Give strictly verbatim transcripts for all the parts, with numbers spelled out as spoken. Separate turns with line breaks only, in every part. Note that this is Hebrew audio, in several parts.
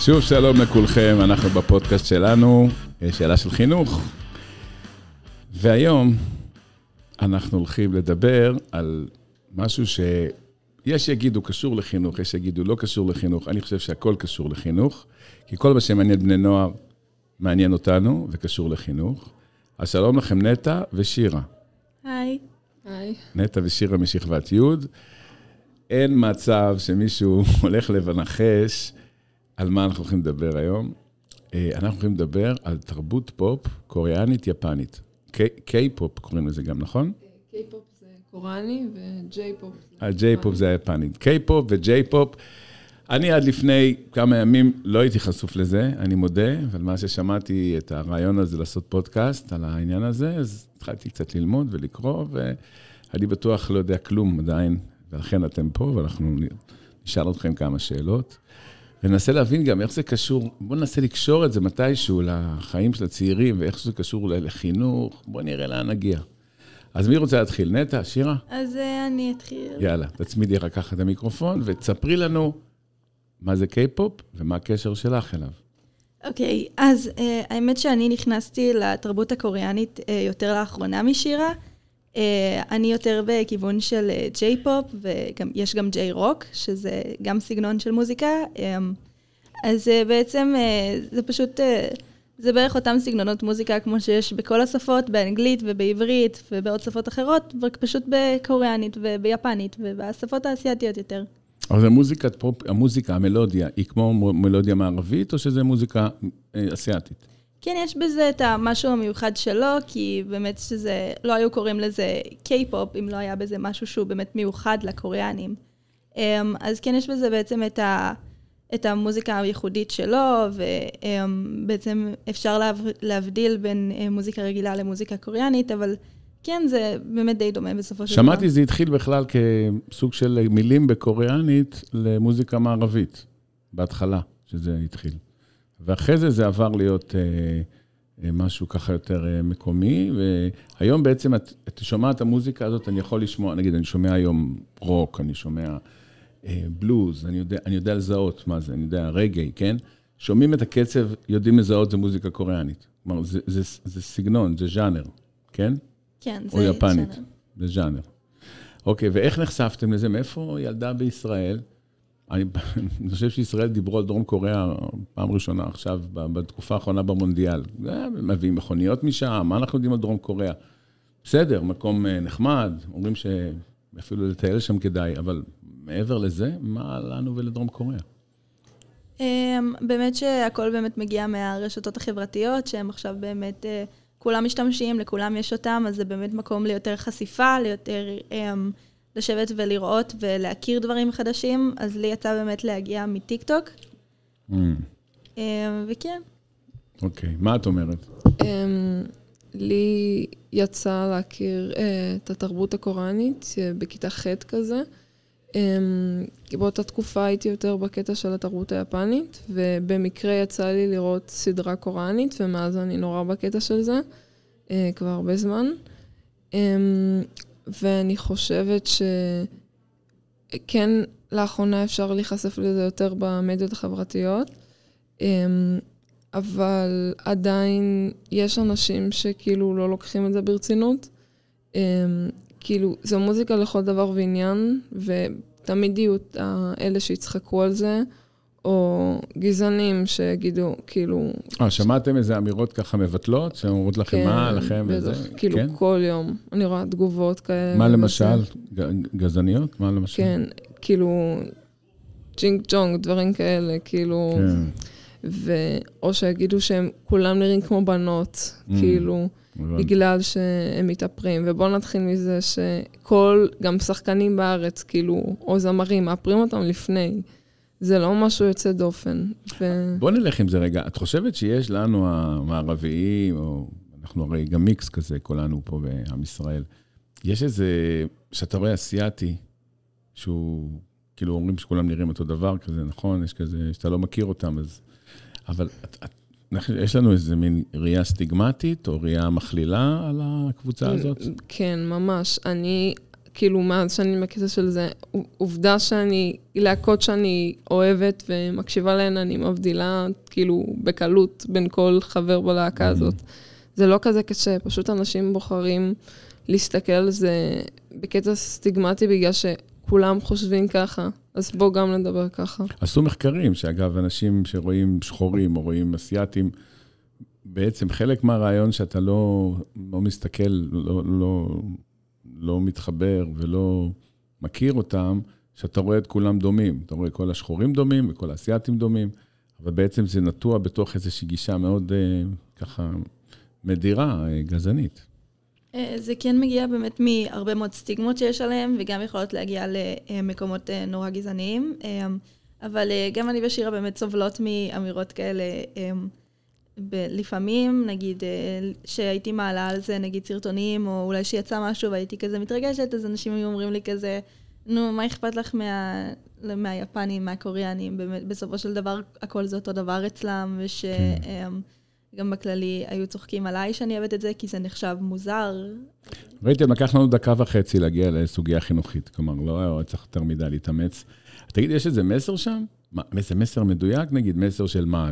שוב שלום לכולכם, אנחנו בפודקאסט שלנו, שאלה של חינוך. והיום אנחנו הולכים לדבר על משהו שיש יגידו קשור לחינוך, יש יגידו לא קשור לחינוך. אני חושב שהכל קשור לחינוך, כי כל מה שמעניין בני נוער מעניין אותנו וקשור לחינוך. אז שלום לכם נטע ושירה.
היי.
היי.
נטע ושירה משכבת י'. אין מצב שמישהו הולך לבנחש על מה אנחנו הולכים לדבר היום. אנחנו הולכים לדבר על תרבות פופ קוריאנית יפנית. קיי-פופ קוראים לזה גם, נכון?
קיי-פופ זה קוריאני וג'יי-פופ זה...
הג'יי-פופ זה היפנית. קיי-פופ וג'יי-פופ. אני עד לפני כמה ימים לא הייתי חשוף לזה, אני מודה, אבל מה ששמעתי את הרעיון הזה לעשות פודקאסט על העניין הזה, אז התחלתי קצת ללמוד ולקרוא, ואני בטוח לא יודע כלום עדיין, ולכן אתם פה, ואנחנו נשאל אתכם כמה שאלות. וננסה להבין גם איך זה קשור, בואו ננסה לקשור את זה מתישהו לחיים של הצעירים, ואיך זה קשור לחינוך, בואו נראה לאן נגיע. אז מי רוצה להתחיל? נטע, שירה?
אז אני אתחיל.
יאללה, תצמידי רק ככה את המיקרופון, ותספרי לנו מה זה קיי-פופ, ומה הקשר שלך אליו.
אוקיי, okay, אז uh, האמת שאני נכנסתי לתרבות הקוריאנית uh, יותר לאחרונה משירה, Uh, אני יותר בכיוון של uh, ג'יי-פופ, ויש גם ג'יי-רוק, שזה גם סגנון של מוזיקה. Um, אז uh, בעצם uh, זה פשוט, uh, זה בערך אותם סגנונות מוזיקה כמו שיש בכל השפות, באנגלית ובעברית ובעוד שפות אחרות, רק פשוט בקוריאנית וביפנית ובשפות האסייתיות יותר.
אבל זה מוזיקת פופ, המוזיקה, המלודיה, היא כמו מלודיה מערבית, או שזה מוזיקה אה, אסייתית?
כן, יש בזה את המשהו המיוחד שלו, כי באמת שזה, לא היו קוראים לזה קיי-פופ, אם לא היה בזה משהו שהוא באמת מיוחד לקוריאנים. אז כן, יש בזה בעצם את, ה, את המוזיקה הייחודית שלו, ובעצם אפשר להבדיל בין מוזיקה רגילה למוזיקה קוריאנית, אבל כן, זה באמת די דומה בסופו של דבר.
שמעתי, זה התחיל בכלל כסוג של מילים בקוריאנית למוזיקה מערבית, בהתחלה שזה התחיל. ואחרי זה זה עבר להיות אה, משהו ככה יותר אה, מקומי, והיום בעצם את, את שומעת המוזיקה הזאת, אני יכול לשמוע, נגיד, אני שומע היום רוק, אני שומע אה, בלוז, אני יודע, אני יודע לזהות מה זה, אני יודע רגעי, כן? שומעים את הקצב, יודעים לזהות, זה מוזיקה קוריאנית. כלומר, זה, זה, זה סגנון, זה ז'אנר, כן?
כן, זה
או יפנית,
ז'אנר.
זה ז'אנר. אוקיי, ואיך נחשפתם לזה? מאיפה ילדה בישראל? אני, אני חושב שישראל דיברו על דרום קוריאה פעם ראשונה עכשיו, בתקופה האחרונה במונדיאל. מביאים מכוניות משם, מה אנחנו יודעים על דרום קוריאה? בסדר, מקום נחמד, אומרים שאפילו לטייל שם כדאי, אבל מעבר לזה, מה לנו ולדרום קוריאה?
באמת שהכל באמת מגיע מהרשתות החברתיות, שהם עכשיו באמת כולם משתמשים, לכולם יש אותם, אז זה באמת מקום ליותר חשיפה, ליותר לשבת ולראות ולהכיר דברים חדשים, אז לי יצא באמת להגיע מטיק-טוק. וכן.
אוקיי, מה את אומרת?
לי יצא להכיר את התרבות הקוריאנית בכיתה ח' כזה. באותה תקופה הייתי יותר בקטע של התרבות היפנית, ובמקרה יצא לי לראות סדרה קוריאנית, ומאז אני נורא בקטע של זה, כבר הרבה זמן. ואני חושבת שכן, לאחרונה אפשר להיחשף לזה יותר במדיות החברתיות, אבל עדיין יש אנשים שכאילו לא לוקחים את זה ברצינות. כאילו, זו מוזיקה לכל דבר ועניין, ותמיד יהיו אלה שיצחקו על זה, או גזענים שיגידו, כאילו...
אה, שמעתם איזה אמירות ככה מבטלות, שאומרות לכם מה, לכם וזה?
כאילו, כל יום אני רואה תגובות כאלה.
מה למשל? גזעניות? מה למשל?
כן, כאילו, ג'ינג ג'ונג, דברים כאלה, כאילו... או שיגידו שהם כולם נראים כמו בנות, כאילו... בגלל שהם מתאפרים, ובואו נתחיל מזה שכל, גם שחקנים בארץ, כאילו, או זמרים, מאפרים אותם לפני. זה לא משהו יוצא דופן. ו...
בואו נלך עם זה רגע. את חושבת שיש לנו המערביים, או אנחנו הרי גם מיקס כזה, כולנו פה בעם ישראל, יש איזה, שאתה רואה אסיאתי, שהוא, כאילו אומרים שכולם נראים אותו דבר כזה, נכון? יש כזה, שאתה לא מכיר אותם, אז... אבל את... את יש לנו איזה מין ראייה סטיגמטית, או ראייה מכלילה על הקבוצה הזאת?
כן, ממש. אני, כאילו, מאז שאני בקטע של זה, עובדה שאני, להקות שאני אוהבת ומקשיבה להן, אני מבדילה, כאילו, בקלות בין כל חבר בלהקה הזאת. זה לא כזה קשה, פשוט אנשים בוחרים להסתכל על זה בקטע סטיגמטי, בגלל שכולם חושבים ככה, אז בוא גם נדבר ככה.
עשו מחקרים, שאגב, אנשים שרואים שחורים או רואים אסיאטים, בעצם חלק מהרעיון שאתה לא, לא מסתכל, לא, לא, לא מתחבר ולא מכיר אותם, שאתה רואה את כולם דומים. אתה רואה כל השחורים דומים וכל האסיאטים דומים, אבל בעצם זה נטוע בתוך איזושהי גישה מאוד ככה מדירה, גזענית.
זה כן מגיע באמת מהרבה מאוד סטיגמות שיש עליהם, וגם יכולות להגיע למקומות נורא גזעניים. אבל גם אני ושירה באמת סובלות מאמירות כאלה, לפעמים, נגיד, שהייתי מעלה על זה, נגיד, סרטונים, או אולי שיצא משהו והייתי כזה מתרגשת, אז אנשים היו אומרים לי כזה, נו, מה אכפת לך מה, מהיפנים, מהקוריאנים? באמת, בסופו של דבר, הכל זה אותו דבר אצלם, ושגם בכללי היו צוחקים עליי שאני אוהבת את זה, כי זה נחשב מוזר.
ראיתי, לקח לנו דקה וחצי להגיע לסוגיה חינוכית, כלומר, לא היה צריך יותר מדי להתאמץ. תגיד, יש איזה מסר שם? מה, איזה מסר מדויק, נגיד, מסר של מה?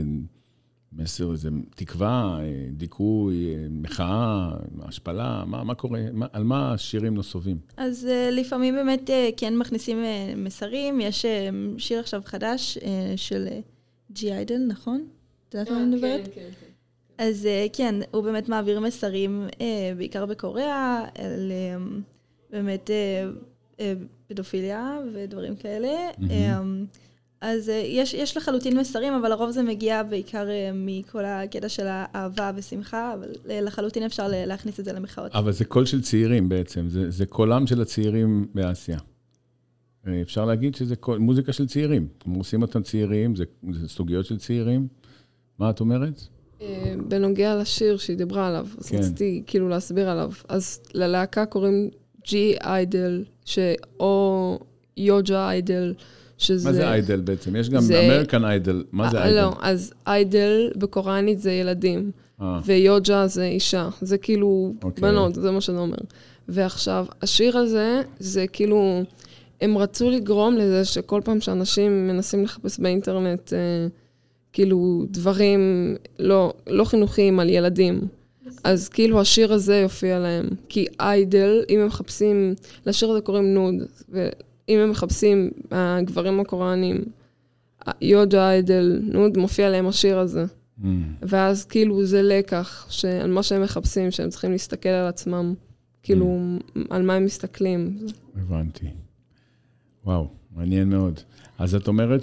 מסר, איזה תקווה, דיכוי, מחאה, השפלה, מה, מה קורה, מה, על מה השירים נוספים?
אז uh, לפעמים באמת uh, כן מכניסים uh, מסרים, יש uh, שיר עכשיו חדש uh, של ג'י איידל, נכון? את יודעת מה אני מדברת? כן, כן, כן. אז uh, כן, הוא באמת מעביר מסרים, uh, בעיקר בקוריאה, על uh, באמת uh, uh, פדופיליה ודברים כאלה. Mm-hmm. Um, אז יש, יש לחלוטין מסרים, אבל לרוב זה מגיע בעיקר מכל הקטע של האהבה ושמחה, אבל לחלוטין אפשר להכניס את זה למחאות.
אבל זה קול של צעירים בעצם, זה, זה קולם של הצעירים באסיה. אפשר להגיד שזה קול, מוזיקה של צעירים. כמו עושים אותם צעירים, זה, זה סוגיות של צעירים. מה את אומרת?
בנוגע לשיר שהיא דיברה עליו, אז כן. רציתי כאילו להסביר עליו. אז ללהקה קוראים ג'י איידל, או יוג'ה איידל, שזה...
מה זה איידל בעצם? יש גם אמריקן איידל. מה זה איידל?
לא, אז איידל בקוריאנית זה ילדים, ויוג'ה זה אישה. זה כאילו בנות, זה מה שאני אומר. ועכשיו, השיר הזה, זה כאילו, הם רצו לגרום לזה שכל פעם שאנשים מנסים לחפש באינטרנט, כאילו דברים לא, לא חינוכיים על ילדים, אז כאילו השיר הזה יופיע להם. כי איידל, אם הם מחפשים, לשיר הזה קוראים נוד, ו... אם הם מחפשים הגברים הקוראנים, יוג'ה איידל, נוד, מופיע להם השיר הזה. Mm. ואז כאילו זה לקח, שעל מה שהם מחפשים, שהם צריכים להסתכל על עצמם, כאילו mm. על מה הם מסתכלים.
הבנתי. וואו, מעניין מאוד. אז את אומרת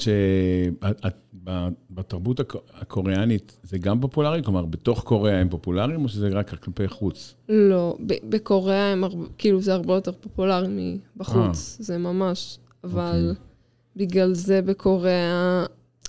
שבתרבות הקוריאנית זה גם פופולרי? כלומר, בתוך קוריאה הם פופולריים, או שזה רק כלפי חוץ?
לא, בקוריאה הם, כאילו זה הרבה יותר פופולרי מבחוץ, זה ממש, אבל בגלל זה בקוריאה,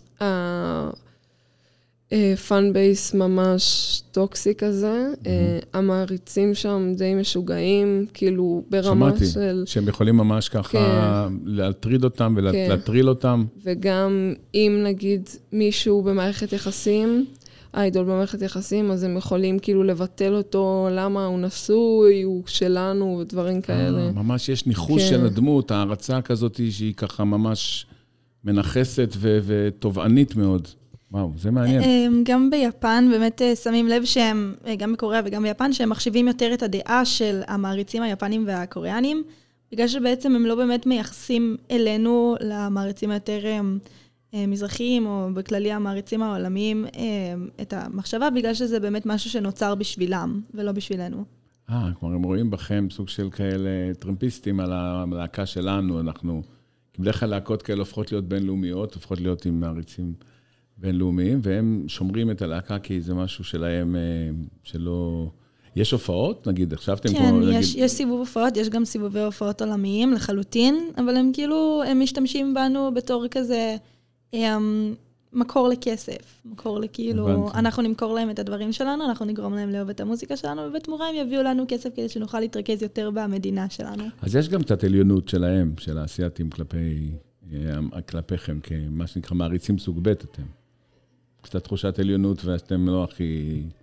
פאן בייס ממש טוקסי כזה, המעריצים שם די משוגעים, כאילו ברמה של...
שמעתי, שהם יכולים ממש ככה להטריד אותם ולהטריל אותם.
וגם אם נגיד מישהו במערכת יחסים, האידול במערכת יחסים, אז הם יכולים כאילו לבטל אותו, למה הוא נשוי, הוא שלנו ודברים כאלה.
ממש יש ניחוש של הדמות, ההרצה כזאת שהיא ככה ממש מנחסת ותובענית מאוד. וואו, זה מעניין.
גם ביפן באמת שמים לב שהם, גם בקוריאה וגם ביפן, שהם מחשיבים יותר את הדעה של המעריצים היפנים והקוריאנים, בגלל שבעצם הם לא באמת מייחסים אלינו, למעריצים היותר מזרחיים, או בכללי המעריצים העולמיים, את המחשבה, בגלל שזה באמת משהו שנוצר בשבילם, ולא בשבילנו.
אה, כלומר, הם רואים בכם סוג של כאלה טרמפיסטים על הלהקה שלנו, אנחנו, בדרך כלל להקות כאלה הופכות להיות בינלאומיות, הופכות להיות עם מעריצים בינלאומיים, והם שומרים את הלהקה כי זה משהו שלהם, שלא... יש הופעות, נגיד, חשבתם
כן, כמו... כן, יש, נגיד... יש סיבוב הופעות, יש גם סיבובי הופעות עולמיים לחלוטין, אבל הם כאילו, הם משתמשים בנו בתור כזה הם, מקור לכסף, מקור לכאילו, הבנתי. אנחנו נמכור להם את הדברים שלנו, אנחנו נגרום להם לאהוב את המוזיקה שלנו, ובתמורה הם יביאו לנו כסף כדי שנוכל להתרכז יותר במדינה שלנו.
אז יש גם קצת עליונות שלהם, של האסייתים כלפי, כלפיכם, כמה שנקרא מעריצים סוג ב' אתם. קצת תחושת עליונות, ואתם לא הכי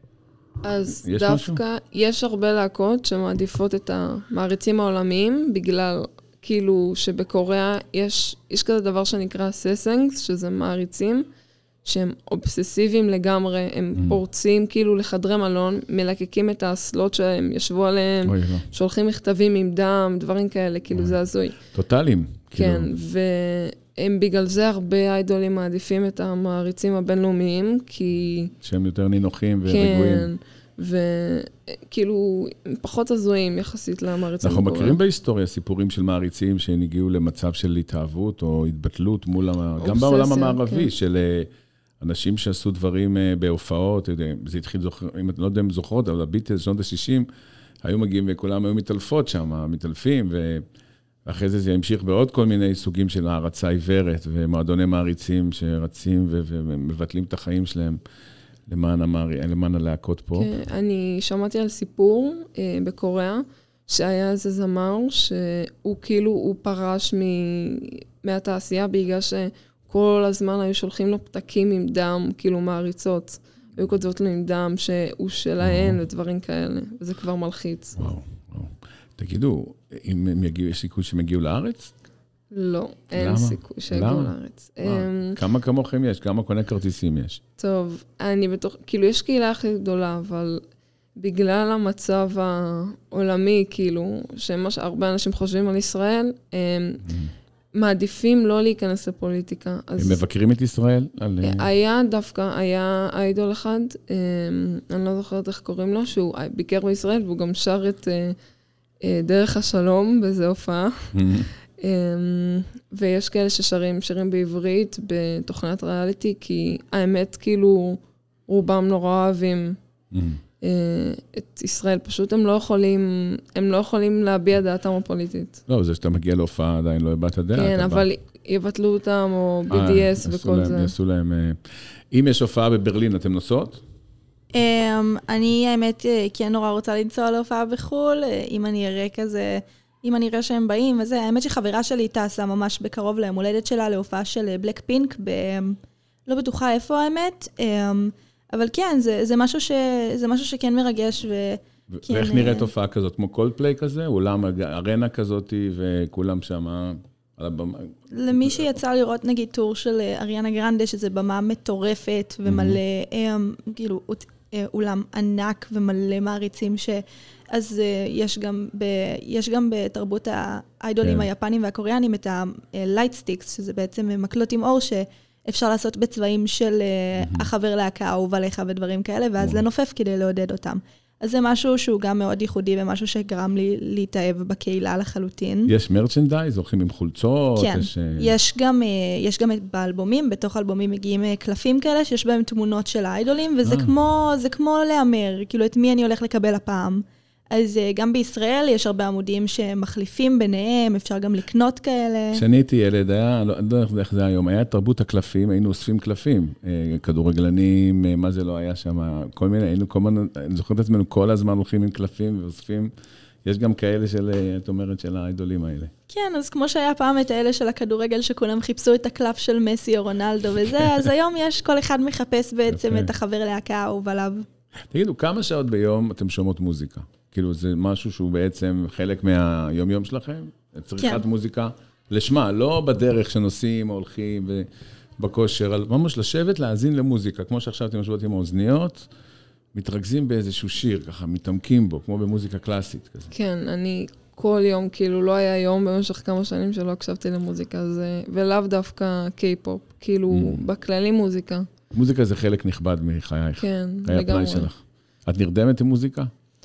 אז
יש
דווקא
משהו?
יש הרבה להקות שמעדיפות את המעריצים העולמיים, בגלל כאילו שבקוריאה יש, יש כזה דבר שנקרא ססנגס, שזה מעריצים, שהם אובססיביים לגמרי, הם mm. פורצים כאילו לחדרי מלון, מלקקים את האסלות שהם ישבו עליהם,
אוי, לא.
שולחים מכתבים עם דם, דברים כאלה, כאילו
אוי.
זה הזוי.
טוטליים.
כן,
כאילו.
והם בגלל זה הרבה איידולים מעדיפים את המעריצים הבינלאומיים, כי...
שהם יותר נינוחים ורגועים.
כן, וכאילו פחות הזויים יחסית למעריצים.
אנחנו מכירים בהיסטוריה סיפורים של מעריצים שהם הגיעו למצב של התאהבות או התבטלות מול, גם בעולם המערבי, של אנשים שעשו דברים בהופעות, זה התחיל, אם את לא יודע אם זוכרות, אבל הביטלס, שנות ה-שישים, היו מגיעים וכולם היו מתעלפות שם, מתעלפים, ואחרי זה זה המשיך בעוד כל מיני סוגים של הערצה עיוורת, ומועדוני מעריצים שרצים ומבטלים את החיים שלהם. למען, המער... למען הלהקות פה.
כן, אני שמעתי על סיפור אה, בקוריאה, שהיה איזה זמר, שהוא כאילו, הוא פרש מ... מהתעשייה, בגלל שכל הזמן היו שולחים לו פתקים עם דם, כאילו מעריצות. היו כותבות לו עם דם שהוא שלהן ודברים כאלה, וזה כבר מלחיץ.
וואו, וואו. תגידו, אם הם יגיעו, יש סיכוי שהם יגיעו לארץ?
לא, אין סיכוי שיגיעו לארץ.
כמה כמוכם יש? כמה קונה כרטיסים יש?
טוב, אני בטוח, כאילו יש קהילה הכי גדולה, אבל בגלל המצב העולמי, כאילו, שמה שהרבה אנשים חושבים על ישראל, הם מעדיפים לא להיכנס לפוליטיקה.
הם מבקרים את ישראל?
היה דווקא, היה איידול אחד, אני לא זוכרת איך קוראים לו, שהוא ביקר בישראל, והוא גם שר את דרך השלום באיזו הופעה. ויש כאלה ששרים שירים בעברית בתוכנת ריאליטי, כי האמת כאילו רובם נורא אוהבים את ישראל, פשוט הם לא יכולים, הם לא יכולים להביע דעתם הפוליטית.
לא, זה שאתה מגיע להופעה עדיין לא הבאת דעת.
כן, אבל יבטלו אותם, או בי די אס וכל זה.
יעשו להם, אם יש הופעה בברלין, אתם נוסעות?
אני האמת כן נורא רוצה לנסוע להופעה בחול, אם אני אראה כזה... אם אני אראה שהם באים, וזה, האמת שחברה שלי טסה ממש בקרוב ליום הולדת שלה, להופעה של בלק פינק, ב... לא בטוחה איפה האמת, אבל כן, זה, זה משהו ש... זה משהו שכן מרגש, ו... כן,
ואיך נראית הופעה כזאת? כמו קולדפליי כזה? אולם ארנה כזאת, וכולם שם על הבמה?
למי שיצא לראות, נגיד, טור של אריאנה גרנדה, שזה במה מטורפת, ומלא, כאילו, אולם ענק ומלא מעריצים ש... אז uh, יש גם ב, יש גם בתרבות האיידולים כן. היפנים והקוריאנים את ה-light sticks, שזה בעצם מקלות עם אור שאפשר לעשות בצבעים של mm-hmm. החבר להקה, אהוב עליך ודברים כאלה, ואז mm-hmm. לנופף כדי לעודד אותם. אז זה משהו שהוא גם מאוד ייחודי, ומשהו שגרם לי להתאהב בקהילה לחלוטין.
יש מרצ'נדייז, הולכים עם חולצות?
כן, יש, יש, גם, יש גם באלבומים, בתוך אלבומים מגיעים קלפים כאלה, שיש בהם תמונות של האיידולים, וזה כמו, זה כמו לאמר, כאילו את מי אני הולך לקבל הפעם. אז גם בישראל יש הרבה עמודים שמחליפים ביניהם, אפשר גם לקנות כאלה.
כשאני הייתי ילד, היה, לא יודע איך זה היום, היה תרבות הקלפים, היינו אוספים קלפים, כדורגלנים, מה זה לא היה שם, כל מיני, היינו כל מיני, אני זוכר את עצמנו, כל הזמן הולכים עם קלפים ואוספים, יש גם כאלה של, את אומרת, של האיידולים האלה.
כן, אז כמו שהיה פעם את האלה של הכדורגל, שכולם חיפשו את הקלף של מסי או רונלדו וזה, אז היום יש, כל אחד מחפש בעצם את החבר להקה האהוב עליו.
תגידו, כמה שעות ביום אתם שומעות מוזיקה? כאילו, זה משהו שהוא בעצם חלק מהיום-יום שלכם? צריכת מוזיקה לשמה, לא בדרך שנוסעים או הולכים בכושר, אבל ממש לשבת, להאזין למוזיקה, כמו שעכשיו אתם יושבות עם האוזניות, מתרכזים באיזשהו שיר, ככה, מתעמקים בו, כמו במוזיקה קלאסית כזה.
כן, אני כל יום, כאילו, לא היה יום במשך כמה שנים שלא הקשבתי למוזיקה, זה, ולאו דווקא קיי-פופ, כאילו, בכללי מוזיקה.
מוזיקה זה חלק נכבד מחייך.
כן,
לגמרי. שלך. את נרדמת עם מוזיקה?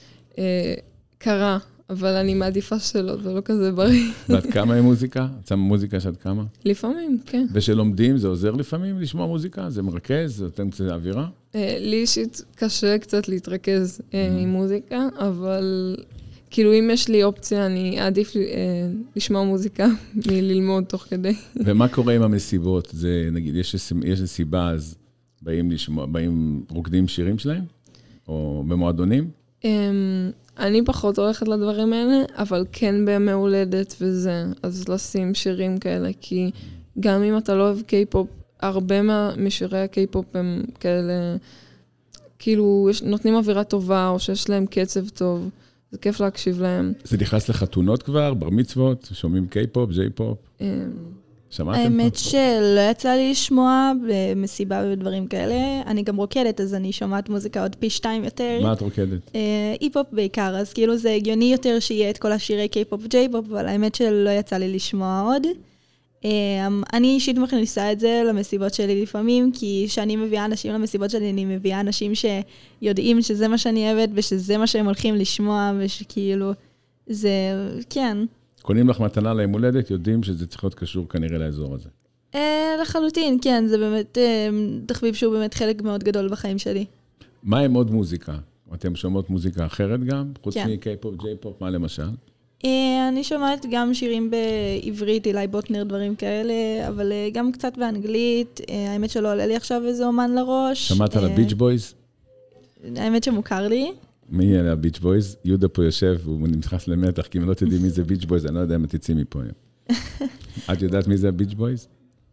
קרה, אבל אני מעדיפה שלא, זה לא כזה בריא.
ואת כמה עם מוזיקה? את שמה מוזיקה שאת כמה?
לפעמים, כן.
ושלומדים, זה עוזר לפעמים לשמוע מוזיקה? זה מרכז? זה נותן קצת אווירה?
לי אישית קשה קצת להתרכז עם מוזיקה, אבל כאילו אם יש לי אופציה, אני אעדיף לשמוע מוזיקה מללמוד תוך כדי.
ומה קורה עם המסיבות? זה, נגיד, יש סיבה, אז באים לשמוע, באים רוקדים שירים שלהם? או במועדונים?
אני פחות הולכת לדברים האלה, אבל כן בימי הולדת וזה, אז לשים שירים כאלה, כי גם אם אתה לא אוהב קיי-פופ, הרבה משירי הקיי-פופ הם כאלה, כאילו, יש, נותנים אווירה טובה, או שיש להם קצב טוב. זה כיף להקשיב להם.
זה נכנס לחתונות כבר, בר מצוות, שומעים קיי-פופ, ג'יי-פופ? שמעתם?
האמת שלא יצא לי לשמוע במסיבה ודברים כאלה. אני גם רוקדת, אז אני שומעת מוזיקה עוד פי שתיים יותר.
מה את רוקדת?
אי-פופ בעיקר, אז כאילו זה הגיוני יותר שיהיה את כל השירי קיי-פופ וג'יי-פופ, אבל האמת שלא יצא לי לשמוע עוד. אני אישית מכניסה את זה למסיבות שלי לפעמים, כי כשאני מביאה אנשים למסיבות שלי, אני מביאה אנשים שיודעים שזה מה שאני אוהבת, ושזה מה שהם הולכים לשמוע, ושכאילו, זה, כן.
קונים לך מתנה ליום הולדת, יודעים שזה צריך להיות קשור כנראה לאזור הזה.
לחלוטין, כן, זה באמת תחביב שהוא באמת חלק מאוד גדול בחיים שלי.
מה עם עוד מוזיקה? אתם שומעות מוזיקה אחרת גם? חוץ מקיי-פופ, ג'יי-פופ, מה למשל?
אני שומעת גם שירים בעברית, אילי בוטנר, דברים כאלה, אבל גם קצת באנגלית. האמת שלא עולה לי עכשיו איזה אומן לראש.
שמעת על הביץ' בויז?
האמת שמוכר לי.
מי אלה הביץ' בויז? יהודה פה יושב, הוא נמחס למתח, כי אם לא תדעי מי זה ביץ' בויז, אני לא יודע אם תצאי מפה היום. את יודעת מי זה הביץ' בויז?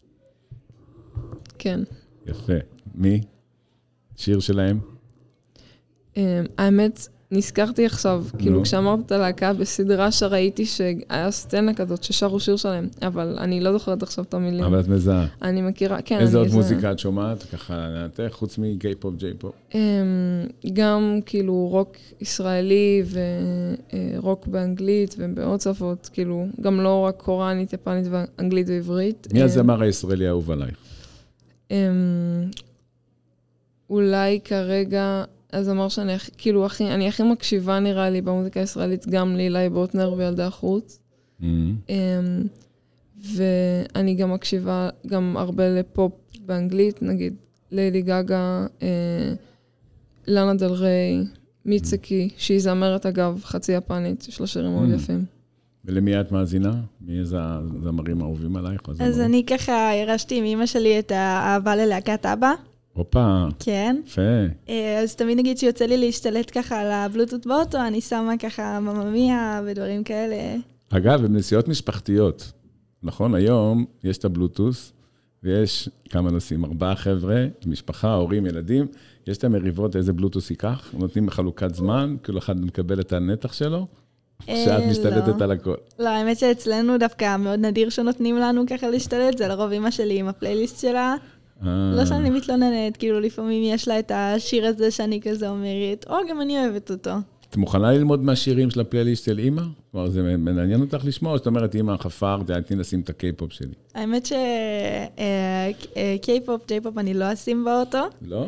כן.
יפה. מי? שיר שלהם?
האמת, נזכרתי עכשיו, כאילו כשאמרת את הלהקה בסדרה שראיתי שהיה סצנה כזאת ששרו שיר שלהם, אבל אני לא זוכרת עכשיו את המילים.
אבל את מזהה.
אני מכירה, כן.
איזה עוד מוזיקה את שומעת? ככה, נעתך, חוץ מקיי-פופ, ג'יי-פופ?
גם כאילו רוק ישראלי ורוק באנגלית ובעוד שפות, כאילו, גם לא רק קוראנית, יפנית ואנגלית ועברית.
מי הזמר הישראלי האהוב עלייך?
אולי כרגע... אז אמר שאני, כאילו, הכי, אני הכי מקשיבה נראה לי במוזיקה הישראלית, גם לאילי בוטנר וילדי החוץ. Mm-hmm. ואני גם מקשיבה גם הרבה לפופ באנגלית, נגיד, ליידי גגה, לאנה דל ריי, מיצקי, שהיא זמרת אגב, חצי יפנית, יש לה שירים מאוד יפים.
ולמי את מאזינה? מי איזה זמרים אהובים עלייך?
אז אני ככה ירשתי עם אמא שלי את האהבה ללהקת אבא.
הופה.
כן.
יפה.
אז תמיד נגיד שיוצא לי להשתלט ככה על הבלוטות באוטו, אני שמה ככה מממיה ודברים כאלה.
אגב, הם נסיעות משפחתיות. נכון, היום יש את הבלוטוס, ויש כמה נושאים, ארבעה חבר'ה, משפחה, הורים, ילדים, יש את המריבות איזה בלוטוס ייקח, נותנים חלוקת זמן, כאילו אחד מקבל את הנתח שלו, שאת משתלטת על הכל.
לא, האמת שאצלנו דווקא מאוד נדיר שנותנים לנו ככה להשתלט, זה לרוב אמא שלי עם הפלייליסט שלה. לא שאני מתלוננת, כאילו לפעמים יש לה את השיר הזה שאני כזה אומרת, או גם אני אוהבת אותו.
את מוכנה ללמוד מהשירים של הפלייליסט של אמא? כלומר, זה מעניין אותך לשמוע, או זאת אומרת, אמא, חפר, תני לשים את הקיי-פופ שלי.
האמת שקיי-פופ, ג'יי-פופ אני לא אשים באוטו.
לא?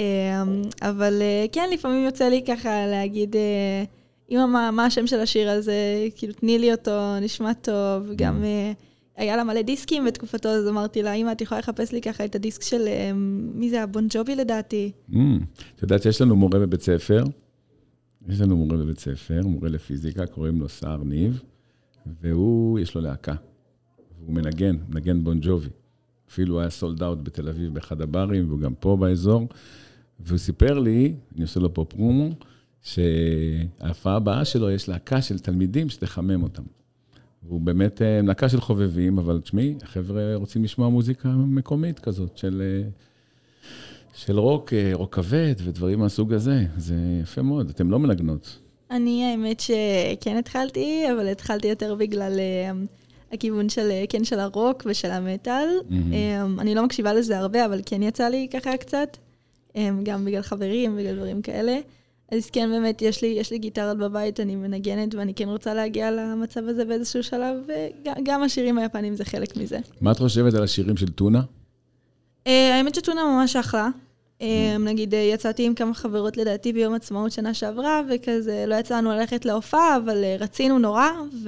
אבל כן, לפעמים יוצא לי ככה להגיד, אמא, מה השם של השיר הזה? כאילו, תני לי אותו, נשמע טוב, גם... היה לה מלא דיסקים בתקופתו, אז אמרתי לה, אמא, את יכולה לחפש לי ככה את הדיסק של, מי זה, הבון ג'ובי לדעתי.
את יודעת שיש לנו מורה בבית ספר, יש לנו מורה בבית ספר, מורה לפיזיקה, קוראים לו סער ניב, והוא, יש לו להקה, והוא מנגן, מנגן בון ג'ובי. אפילו היה סולד אאוט בתל אביב באחד הברים, והוא גם פה באזור, והוא סיפר לי, אני עושה לו פה פרומו, שההפעה הבאה שלו יש להקה של תלמידים שתחמם אותם. והוא באמת להקה של חובבים, אבל תשמעי, החבר'ה רוצים לשמוע מוזיקה מקומית כזאת, של, של רוק, רוק כבד ודברים מהסוג הזה. זה יפה מאוד, אתם לא מנגנות.
אני האמת שכן התחלתי, אבל התחלתי יותר בגלל הכיוון של, כן, של הרוק ושל המטל. Mm-hmm. אני לא מקשיבה לזה הרבה, אבל כן יצא לי ככה קצת, גם בגלל חברים, בגלל דברים כאלה. אז כן, באמת, יש לי, יש לי גיטרות בבית, אני מנגנת, ואני כן רוצה להגיע למצב הזה באיזשהו שלב, וגם השירים היפנים זה חלק מזה.
מה את חושבת על השירים של טונה?
האמת שטונה ממש אחלה. נגיד, יצאתי עם כמה חברות לדעתי ביום עצמאות שנה שעברה, וכזה, לא יצאנו ללכת להופעה, אבל רצינו נורא,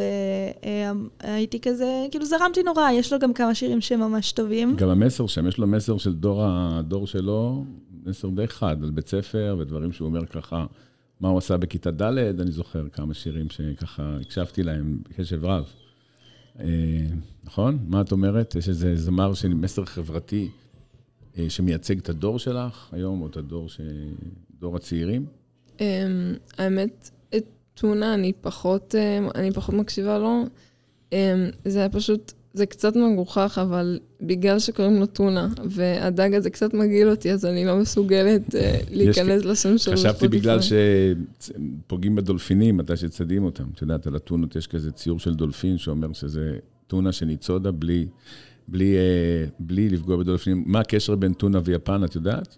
והייתי כזה, כאילו זרמתי נורא, יש לו גם כמה שירים שממש טובים.
גם המסר שם, יש לו מסר של דור, הדור שלו, מסר די חד, על בית ספר, ודברים שהוא אומר ככה, מה הוא עשה בכיתה ד', אני זוכר כמה שירים שככה הקשבתי להם בקשב רב. נכון? מה את אומרת? יש איזה זמר של מסר חברתי, שמייצג את הדור שלך היום, או את הדור, ש... דור הצעירים?
האמת, את טונה אני פחות, אני פחות מקשיבה לו. זה היה פשוט זה קצת מגוחך, אבל בגלל שקוראים לו טונה, והדג הזה קצת מגעיל אותי, אז אני לא מסוגלת להיכנס לשם שלו.
חשבתי בגלל שפוגעים בדולפינים, מתי שצדים אותם. את יודעת, על הטונות יש כזה ציור של דולפין, שאומר שזה טונה שניצודה בלי, בלי, בלי לפגוע בדולפינים. מה הקשר בין טונה ויפן, את יודעת?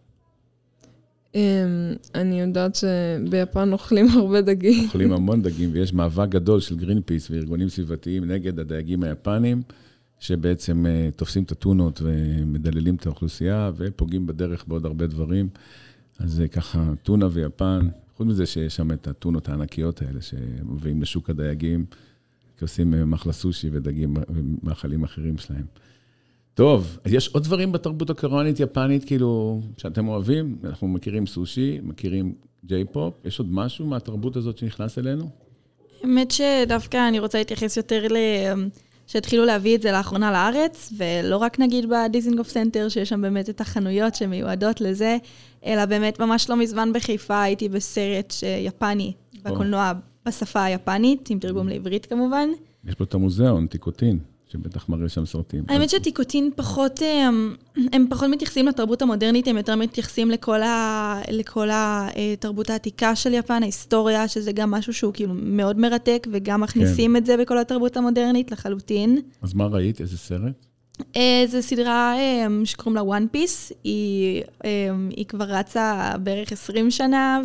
אני יודעת שביפן אוכלים הרבה דגים.
אוכלים המון דגים, ויש מאבק גדול של גרינפיס וארגונים סביבתיים נגד הדייגים היפנים, שבעצם תופסים את הטונות ומדללים את האוכלוסייה, ופוגעים בדרך בעוד הרבה דברים. אז זה ככה, טונה ויפן, חוץ מזה שיש שם את הטונות הענקיות האלה, שמביאים לשוק הדייגים, כי עושים מחלה סושי ודגים ומאכלים אחרים שלהם. טוב, יש עוד דברים בתרבות הקוריאנית יפנית, כאילו, שאתם אוהבים? אנחנו מכירים סושי, מכירים ג'יי-פופ, יש עוד משהו מהתרבות הזאת שנכנס אלינו?
האמת שדווקא אני רוצה להתייחס יותר ל... שהתחילו להביא את זה לאחרונה לארץ, ולא רק נגיד בדיזינגוף סנטר, שיש שם באמת את החנויות שמיועדות לזה, אלא באמת ממש לא מזמן בחיפה הייתי בסרט יפני, בקולנוע בשפה היפנית, עם תרגום לעברית כמובן. יש
פה את המוזיאון, טיקוטין. שבטח מראה שם סרטים.
האמת שטיקוטין פחות, הם פחות מתייחסים לתרבות המודרנית, הם יותר מתייחסים לכל, ה, לכל התרבות העתיקה של יפן, ההיסטוריה, שזה גם משהו שהוא כאילו מאוד מרתק, וגם מכניסים כן. את זה בכל התרבות המודרנית לחלוטין.
אז מה ראית? איזה סרט?
זו סדרה שקוראים לה One Piece, היא, היא כבר רצה בערך עשרים שנה,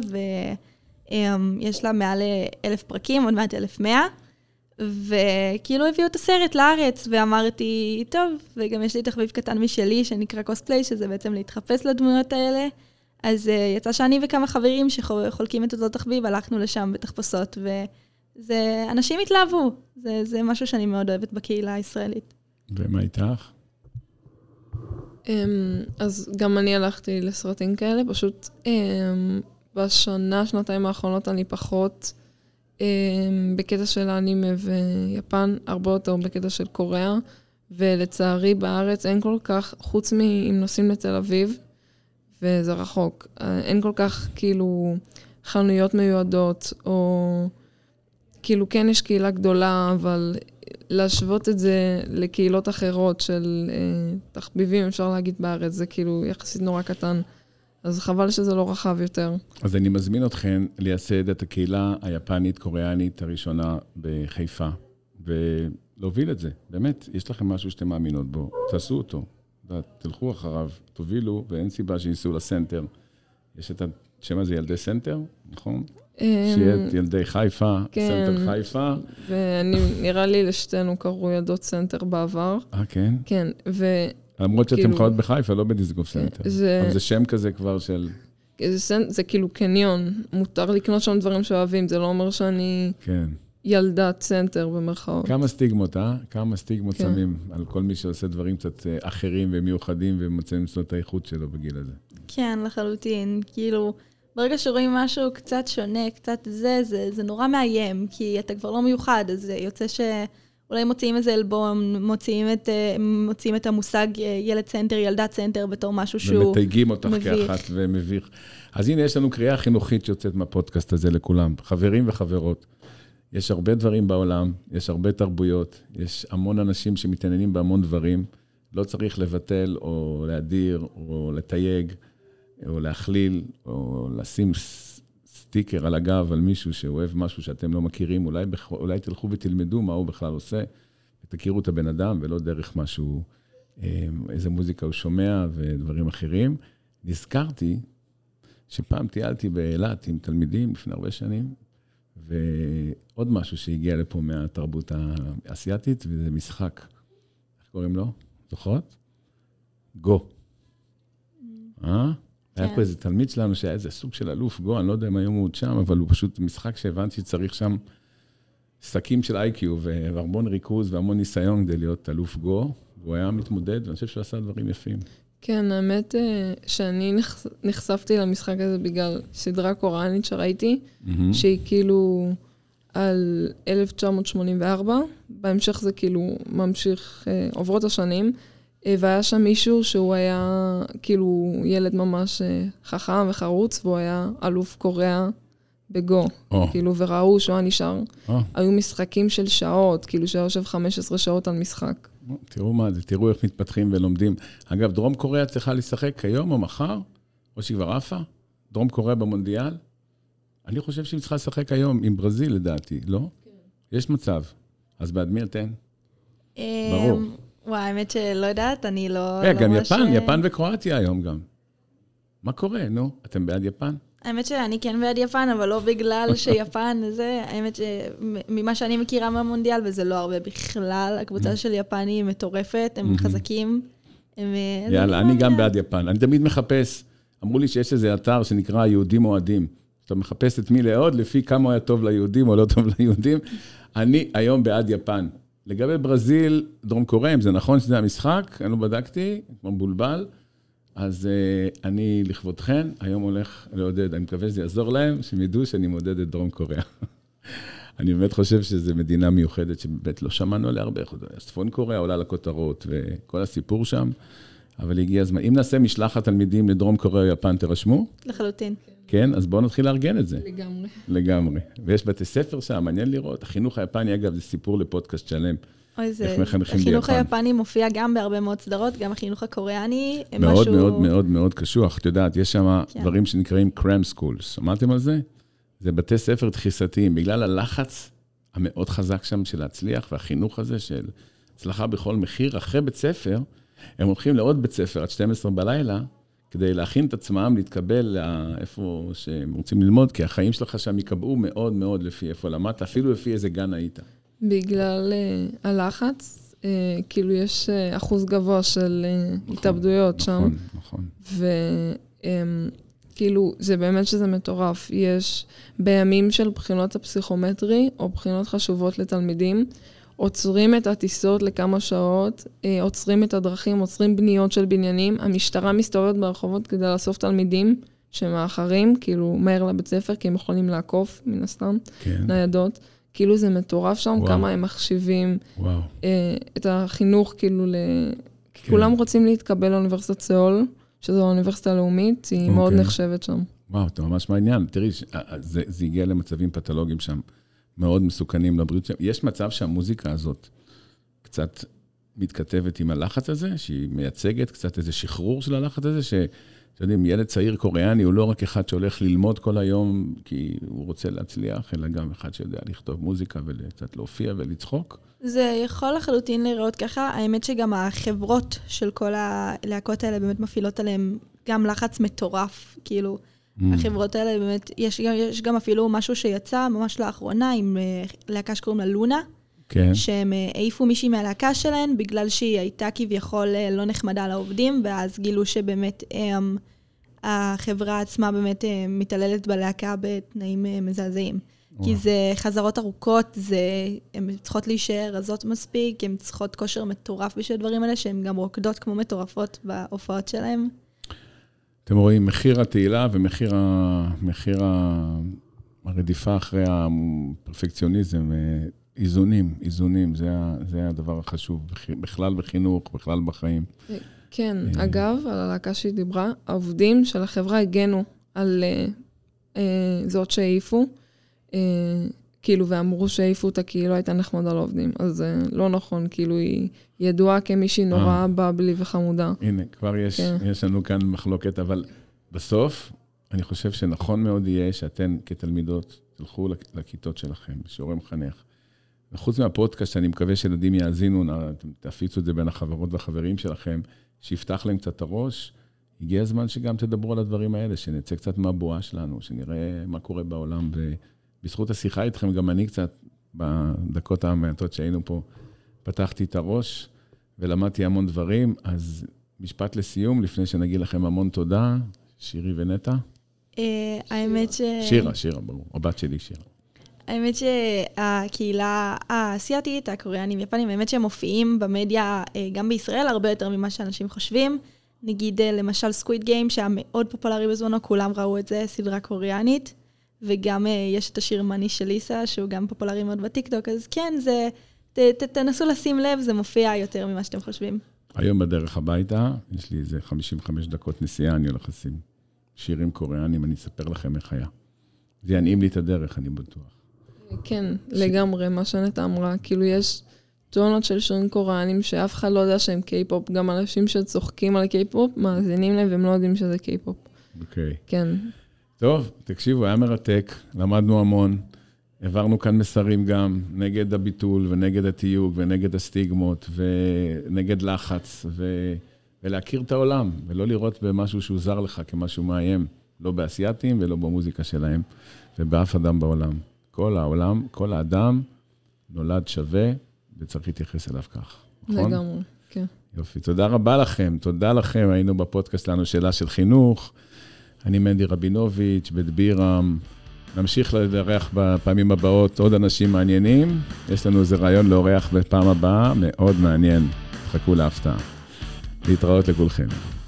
ויש לה מעל אלף פרקים, עוד מעט אלף מאה, וכאילו הביאו את הסרט לארץ, ואמרתי, טוב, וגם יש לי תחביב קטן משלי, שנקרא קוספליי, שזה בעצם להתחפש לדמויות האלה, אז uh, יצא שאני וכמה חברים שחולקים את אותו תחביב, הלכנו לשם בתחפושות, וזה, אנשים התלהבו, זה, זה משהו שאני מאוד אוהבת בקהילה הישראלית.
ומה איתך?
Um, אז גם אני הלכתי לסרטים כאלה, פשוט um, בשנה, שנתיים האחרונות אני פחות... בקטע של האנימה ויפן, הרבה יותר בקטע של קוריאה, ולצערי בארץ אין כל כך, חוץ מאם נוסעים לתל אביב, וזה רחוק, אין כל כך כאילו חנויות מיועדות, או כאילו כן יש קהילה גדולה, אבל להשוות את זה לקהילות אחרות של אה, תחביבים, אפשר להגיד בארץ, זה כאילו יחסית נורא קטן. אז חבל שזה לא רחב יותר.
אז אני מזמין אתכם לייסד את הקהילה היפנית-קוריאנית הראשונה בחיפה, ולהוביל את זה. באמת, יש לכם משהו שאתם מאמינות בו, תעשו אותו, תלכו אחריו, תובילו, ואין סיבה שייסעו לסנטר. יש את השם הזה ילדי סנטר, נכון? שיהיה את ילדי חיפה, סנטר חיפה.
ונראה לי לשתינו קראו ילדות סנטר בעבר.
אה, כן?
כן, ו...
למרות שאתם חיות בחיפה, לא בדיזינגוף סנטר. אבל זה שם כזה כבר של...
זה כאילו קניון, מותר לקנות שם דברים שאוהבים, זה לא אומר שאני ילדת סנטר במרכאות.
כמה סטיגמות, אה? כמה סטיגמות שמים על כל מי שעושה דברים קצת אחרים ומיוחדים, ומוצאים למצוא את האיכות שלו בגיל הזה.
כן, לחלוטין. כאילו, ברגע שרואים משהו קצת שונה, קצת זה, זה נורא מאיים, כי אתה כבר לא מיוחד, אז זה יוצא ש... אולי מוציאים איזה אלבום, מוציאים את, מוציאים את המושג ילד סנטר, ילדת סנטר, בתור משהו שהוא מביך.
ומתייגים אותך כאחת ומביך. אז הנה, יש לנו קריאה חינוכית שיוצאת מהפודקאסט הזה לכולם. חברים וחברות. יש הרבה דברים בעולם, יש הרבה תרבויות, יש המון אנשים שמתעניינים בהמון דברים. לא צריך לבטל או להדיר או לתייג או להכליל או לשים סטיקר על הגב על מישהו שאוהב משהו שאתם לא מכירים, אולי, אולי תלכו ותלמדו מה הוא בכלל עושה, ותכירו את הבן אדם, ולא דרך משהו, איזה מוזיקה הוא שומע ודברים אחרים. נזכרתי שפעם טיילתי באילת עם תלמידים לפני הרבה שנים, ועוד משהו שהגיע לפה מהתרבות האסייתית, וזה משחק. איך קוראים לו? זוכרות? גו. אה? היה פה איזה תלמיד שלנו שהיה איזה סוג של אלוף גו, אני לא יודע אם היום הוא עוד שם, אבל הוא פשוט משחק שהבנתי שצריך שם שקים של איי-קיו, והרמון ריכוז והמון ניסיון כדי להיות אלוף גו, והוא היה מתמודד, ואני חושב שהוא עשה דברים יפים.
כן, האמת שאני נחשפתי למשחק הזה בגלל סדרה קוריאנית שראיתי, שהיא כאילו על אלף תשע מאות שמונים וארבע, בהמשך זה כאילו ממשיך, עוברות השנים, והיה שם מישהו שהוא היה כאילו ילד ממש חכם וחרוץ, והוא היה אלוף קוריאה בגו, oh. כאילו, וראו שהוא היה נשאר. Oh. היו משחקים של שעות, כאילו שהיה יושב חמש עשרה שעות על משחק.
תראו מה זה, תראו איך מתפתחים ולומדים. אגב, דרום קוריאה צריכה לשחק היום או מחר, או שהיא כבר עפה, דרום קוריאה במונדיאל. אני חושב שהיא צריכה לשחק היום עם ברזיל, לדעתי, לא? כן. יש מצב. אז בעד מי אתן? ברור.
וואי, האמת שלא יודעת, אני לא...
גם יפן, יפן וקרואטיה היום גם. מה קורה, נו? אתם בעד יפן?
האמת שאני כן בעד יפן, אבל לא בגלל שיפן זה, האמת שממה שאני מכירה מהמונדיאל, וזה לא הרבה בכלל, הקבוצה של יפן היא מטורפת, הם חזקים.
יאללה, אני גם בעד יפן. אני תמיד מחפש, אמרו לי שיש איזה אתר שנקרא יהודים אוהדים. אתה מחפש את מי לעוד, לפי כמה היה טוב ליהודים או לא טוב ליהודים. אני היום בעד יפן. לגבי ברזיל, דרום קוריאה, אם זה נכון שזה המשחק, אני לא בדקתי, כמו בולבל, אז uh, אני לכבודכן, היום הולך לעודד, אני מקווה שזה יעזור להם, שהם ידעו שאני מודד את דרום קוריאה. אני באמת חושב שזו מדינה מיוחדת, שבאמת לא שמענו עליה הרבה, צפון קוריאה עולה לכותרות, וכל הסיפור שם, אבל הגיע הזמן. אם נעשה משלחת תלמידים לדרום קוריאה או יפן, תרשמו?
לחלוטין.
כן, אז בואו נתחיל לארגן את זה.
לגמרי.
לגמרי. ויש בתי ספר שם, מעניין לראות. החינוך היפני, אגב, זה סיפור לפודקאסט שלם.
אוי, זה... החינוך היפני מופיע גם בהרבה מאוד סדרות, גם החינוך הקוריאני.
מאוד משהו... מאוד מאוד מאוד קשוח. את יודעת, יש שם כן. דברים שנקראים cram schools. שמעתם על זה? זה בתי ספר דחיסתיים. בגלל הלחץ המאוד חזק שם של להצליח, והחינוך הזה של הצלחה בכל מחיר, אחרי בית ספר, הם הולכים לעוד בית ספר עד שתים עשרה בלילה, כדי להכין את עצמם, להתקבל לאיפה שהם רוצים ללמוד, כי החיים שלך שם יקבעו מאוד מאוד לפי איפה למדת, אפילו לפי איזה גן היית.
בגלל uh, הלחץ, uh, כאילו יש uh, אחוז גבוה של uh, נכון, התאבדויות
נכון,
שם.
נכון,
נכון. וכאילו, um, זה באמת שזה מטורף. יש בימים של בחינות הפסיכומטרי, או בחינות חשובות לתלמידים, עוצרים את הטיסות לכמה שעות, עוצרים את הדרכים, עוצרים בניות של בניינים, המשטרה מסתובבת ברחובות כדי לאסוף תלמידים שמאחרים, כאילו מהר לבית ספר, כי הם יכולים לעקוף מן הסתם, כן. ניידות. כאילו זה מטורף שם, וואו. כמה הם מחשיבים וואו. את החינוך, כאילו ל... כן. כולם רוצים להתקבל לאוניברסיטת סאול, שזו האוניברסיטה הלאומית, היא אוקיי. מאוד נחשבת שם.
וואו, אתה ממש מעניין. תראי, זה, זה הגיע למצבים פתולוגיים שם. מאוד מסוכנים לבריאות. יש מצב שהמוזיקה הזאת קצת מתכתבת עם הלחץ הזה, שהיא מייצגת קצת איזה שחרור של הלחץ הזה, שאתם יודעים, ילד צעיר קוריאני הוא לא רק אחד שהולך ללמוד כל היום, כי הוא רוצה להצליח, אלא גם אחד שיודע לכתוב מוזיקה וקצת להופיע ולצחוק. זה
יכול לחלוטין לראות ככה. האמת שגם החברות של כל הלהקות האלה באמת מפעילות עליהם גם לחץ מטורף, כאילו, החברות האלה באמת, יש, יש גם אפילו משהו שיצא ממש לאחרונה עם להקה שקוראים לה לונה, כן. שהם העיפו מישהי מהלהקה שלהן, בגלל שהיא הייתה כביכול לא נחמדה לעובדים, ואז גילו שבאמת הם, החברה עצמה באמת מתעללת בלהקה בתנאים מזעזעים. וואו. כי זה חזרות ארוכות, זה, הן צריכות להישאר רזות מספיק, הן צריכות כושר מטורף בשביל הדברים האלה, שהן גם רוקדות כמו מטורפות בהופעות שלהן.
אתם רואים, מחיר התהילה ומחיר ה... מחיר הרדיפה אחרי הפרפקציוניזם, איזונים, איזונים, זה, זה הדבר החשוב, בכלל בחינוך, בכלל בחיים.
כן, אגב, על הלהקה שהיא דיברה, העובדים של החברה הגנו על זאת שהעיפו, כאילו, ואמרו שהעיפו אותה כי היא לא הייתה נחמדה לעובדים, אז זה לא נכון, כאילו היא ידועה כמישהי נורא בבלי וחמודה.
הנה, כבר יש, יש לנו כאן מחלוקת, אבל בסוף, אני חושב שנכון מאוד יהיה שאתן כתלמידות תלכו לכיתות שלכם, בשיעורי מחנך. וחוץ מהפודקאסט, אני מקווה שילדים יאזינו, תפיצו את זה בין החברות והחברים שלכם, שיפתח להם קצת הראש, הגיע הזמן שגם תדברו על הדברים האלה, שנצא קצת מהבועה שלנו, שנראה מה קורה בעולם, ובזכות השיחה איתכם, גם אני קצת, בדקות המעטות שהיינו פה, פתחתי את הראש, ולמדתי המון דברים, אז משפט לסיום, לפני שנגיד לכם המון תודה, שירי ונטע.
האמת ש...
שירה, שירה, ברור, הבת שלי שירה.
האמת שהקהילה האסייתית, הקוריאנים, יפנים, האמת שהם מופיעים במדיה, גם בישראל, הרבה יותר ממה שאנשים חושבים. נגיד, למשל, סקוויד גיים, שהיה מאוד פופולרי בזמנו, כולם ראו את זה, סדרה קוריאנית, וגם יש את השיר מני של ליסה, שהוא גם פופולרי מאוד בטיקטוק, אז כן, זה, ת, ת, תנסו לשים לב, זה מופיע יותר ממה שאתם חושבים.
היום בדרך הביתה, יש לי איזה חמישים וחמש דקות נסיעה, אני הולך לשים שירים קוריאנים, אני אספר לכם איך היה. זה ינעים לי את הדרך, אני בטוח.
כן, לגמרי, מה שנטע אמרה, כאילו יש טונות של שירים קוריאנים שאף אחד לא יודע שהם קיי-פופ, גם אנשים שצוחקים על קיי-פופ, מאזינים להם והם לא יודעים שזה קיי-פופ.
אוקיי.
כן.
טוב, תקשיבו, היה מרתק, למדנו המון, העברנו כאן מסרים גם נגד הביטול ונגד התיוג ונגד הסטיגמות ונגד לחץ ו... ולהכיר את העולם ולא לראות במשהו שהוא זר לך כמשהו מאיים, לא באסייתים ולא במוזיקה שלהם ובאף אדם בעולם. כל העולם, כל האדם נולד שווה וצריך להתייחס אליו כך. נכון?
לגמרי, כן.
יופי, תודה רבה לכם, תודה לכם, היינו בפודקאסט לנו שאלה של חינוך, אני מנדי רבינוביץ', בית בירם, נמשיך לארח בפעמים הבאות עוד אנשים מעניינים, יש לנו איזה רעיון לאורח בפעם הבאה, מאוד מעניין, חכו להפתעה. להתראות לכולכם.